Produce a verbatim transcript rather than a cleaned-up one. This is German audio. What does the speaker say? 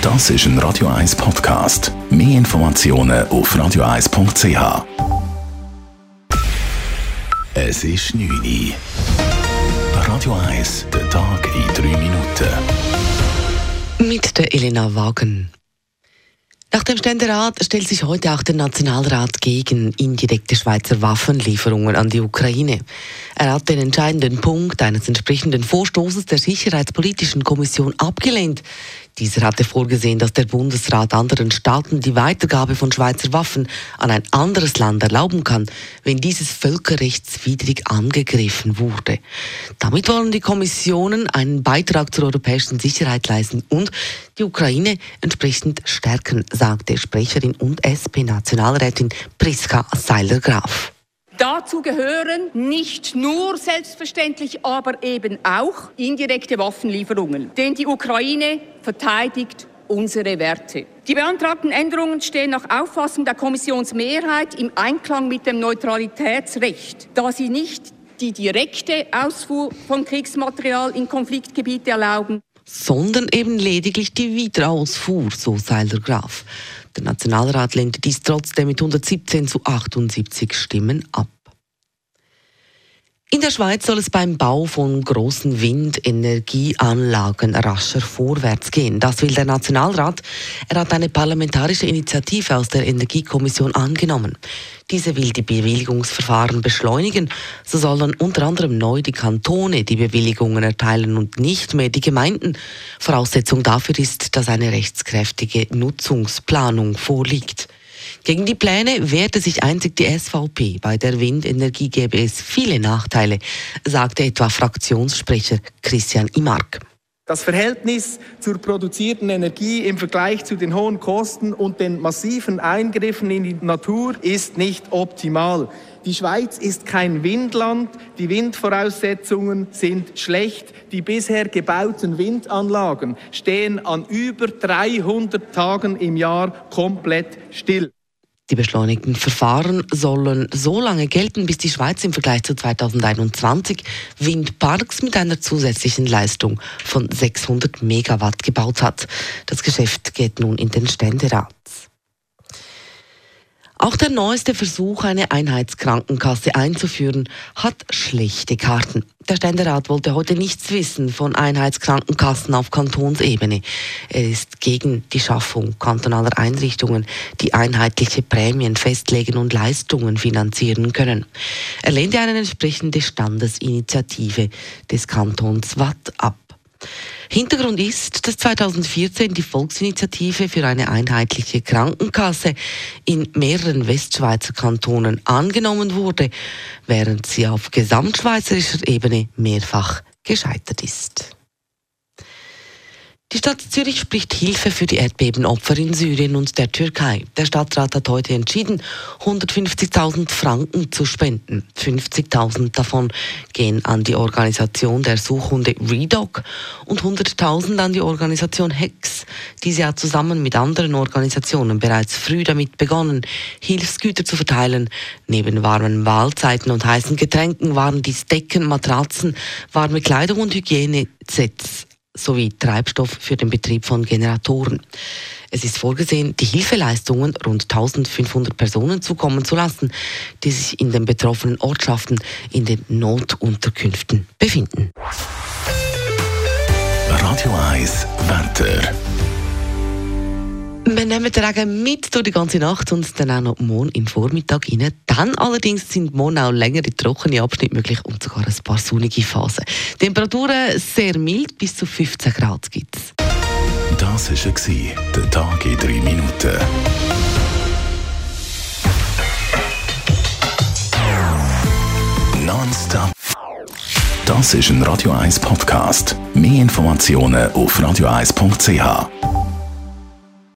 Das ist ein Radio eins Podcast. Mehr Informationen auf radio eins punkt c h. Es ist neun Uhr. Radio eins, der Tag in drei Minuten. Mit der Elena Wagen. Nach dem Ständerat stellt sich heute auch der Nationalrat gegen indirekte Schweizer Waffenlieferungen an die Ukraine. Er hat den entscheidenden Punkt eines entsprechenden Vorstoßes der Sicherheitspolitischen Kommission abgelehnt. Dieser hatte vorgesehen, dass der Bundesrat anderen Staaten die Weitergabe von Schweizer Waffen an ein anderes Land erlauben kann, wenn dieses völkerrechtswidrig angegriffen wurde. Damit wollen die Kommissionen einen Beitrag zur europäischen Sicherheit leisten und die Ukraine entsprechend stärken, sagte Sprecherin und S P-Nationalrätin Priska Seiler-Graf. Dazu gehören nicht nur selbstverständlich, aber eben auch indirekte Waffenlieferungen. Denn die Ukraine verteidigt unsere Werte. Die beantragten Änderungen stehen nach Auffassung der Kommissionsmehrheit im Einklang mit dem Neutralitätsrecht, da sie nicht die direkte Ausfuhr von Kriegsmaterial in Konfliktgebiete erlauben, sondern eben lediglich die Wiederausfuhr, so Seiler-Graf. Der Nationalrat lehnte dies trotzdem mit hundertsiebzehn zu achtundsiebzig Stimmen ab. In der Schweiz soll es beim Bau von grossen Windenergieanlagen rascher vorwärts gehen. Das will der Nationalrat. Er hat eine parlamentarische Initiative aus der Energiekommission angenommen. Diese will die Bewilligungsverfahren beschleunigen. So sollen unter anderem neu die Kantone die Bewilligungen erteilen und nicht mehr die Gemeinden. Voraussetzung dafür ist, dass eine rechtskräftige Nutzungsplanung vorliegt. Gegen die Pläne wehrte sich einzig die S V P. Bei der Windenergie gäbe es viele Nachteile, sagte etwa Fraktionssprecher Christian Imark. Das Verhältnis zur produzierten Energie im Vergleich zu den hohen Kosten und den massiven Eingriffen in die Natur ist nicht optimal. Die Schweiz ist kein Windland, die Windvoraussetzungen sind schlecht. Die bisher gebauten Windanlagen stehen an über dreihundert Tagen im Jahr komplett still. Die beschleunigten Verfahren sollen so lange gelten, bis die Schweiz im Vergleich zu zweitausendeinundzwanzig Windparks mit einer zusätzlichen Leistung von sechshundert Megawatt gebaut hat. Das Geschäft geht nun in den Ständerat. Auch der neueste Versuch, eine Einheitskrankenkasse einzuführen, hat schlechte Karten. Der Ständerat wollte heute nichts wissen von Einheitskrankenkassen auf Kantonsebene. Er ist gegen die Schaffung kantonaler Einrichtungen, die einheitliche Prämien festlegen und Leistungen finanzieren können. Er lehnte eine entsprechende Standesinitiative des Kantons Waadt ab. Hintergrund ist, dass zweitausendvierzehn die Volksinitiative für eine einheitliche Krankenkasse in mehreren Westschweizer Kantonen angenommen wurde, während sie auf gesamtschweizerischer Ebene mehrfach gescheitert ist. Die Stadt Zürich spricht Hilfe für die Erdbebenopfer in Syrien und der Türkei. Der Stadtrat hat heute entschieden, hundertfünfzigtausend Franken zu spenden. fünfzigtausend davon gehen an die Organisation der Suchhunde Redog und hunderttausend an die Organisation Hex. Diese hat zusammen mit anderen Organisationen bereits früh damit begonnen, Hilfsgüter zu verteilen. Neben warmen Mahlzeiten und heißen Getränken waren dies Decken, Matratzen, warme Kleidung und Hygienesets sowie Treibstoff für den Betrieb von Generatoren. Es ist vorgesehen, die Hilfeleistungen rund eintausendfünfhundert Personen zukommen zu lassen, die sich in den betroffenen Ortschaften in den Notunterkünften befinden. Radio eins Wetter. Wir nehmen den Regen mit durch die ganze Nacht und dann auch noch morgen im Vormittag rein. Dann allerdings sind morgen auch längere trockene Abschnitte möglich und sogar ein paar sonnige Phasen. Temperaturen sehr mild, bis zu fünfzehn Grad gibt es. Das war der Tag in drei Minuten. Nonstop. Das ist ein Radio eins Podcast. Mehr Informationen auf radio eins punkt c h.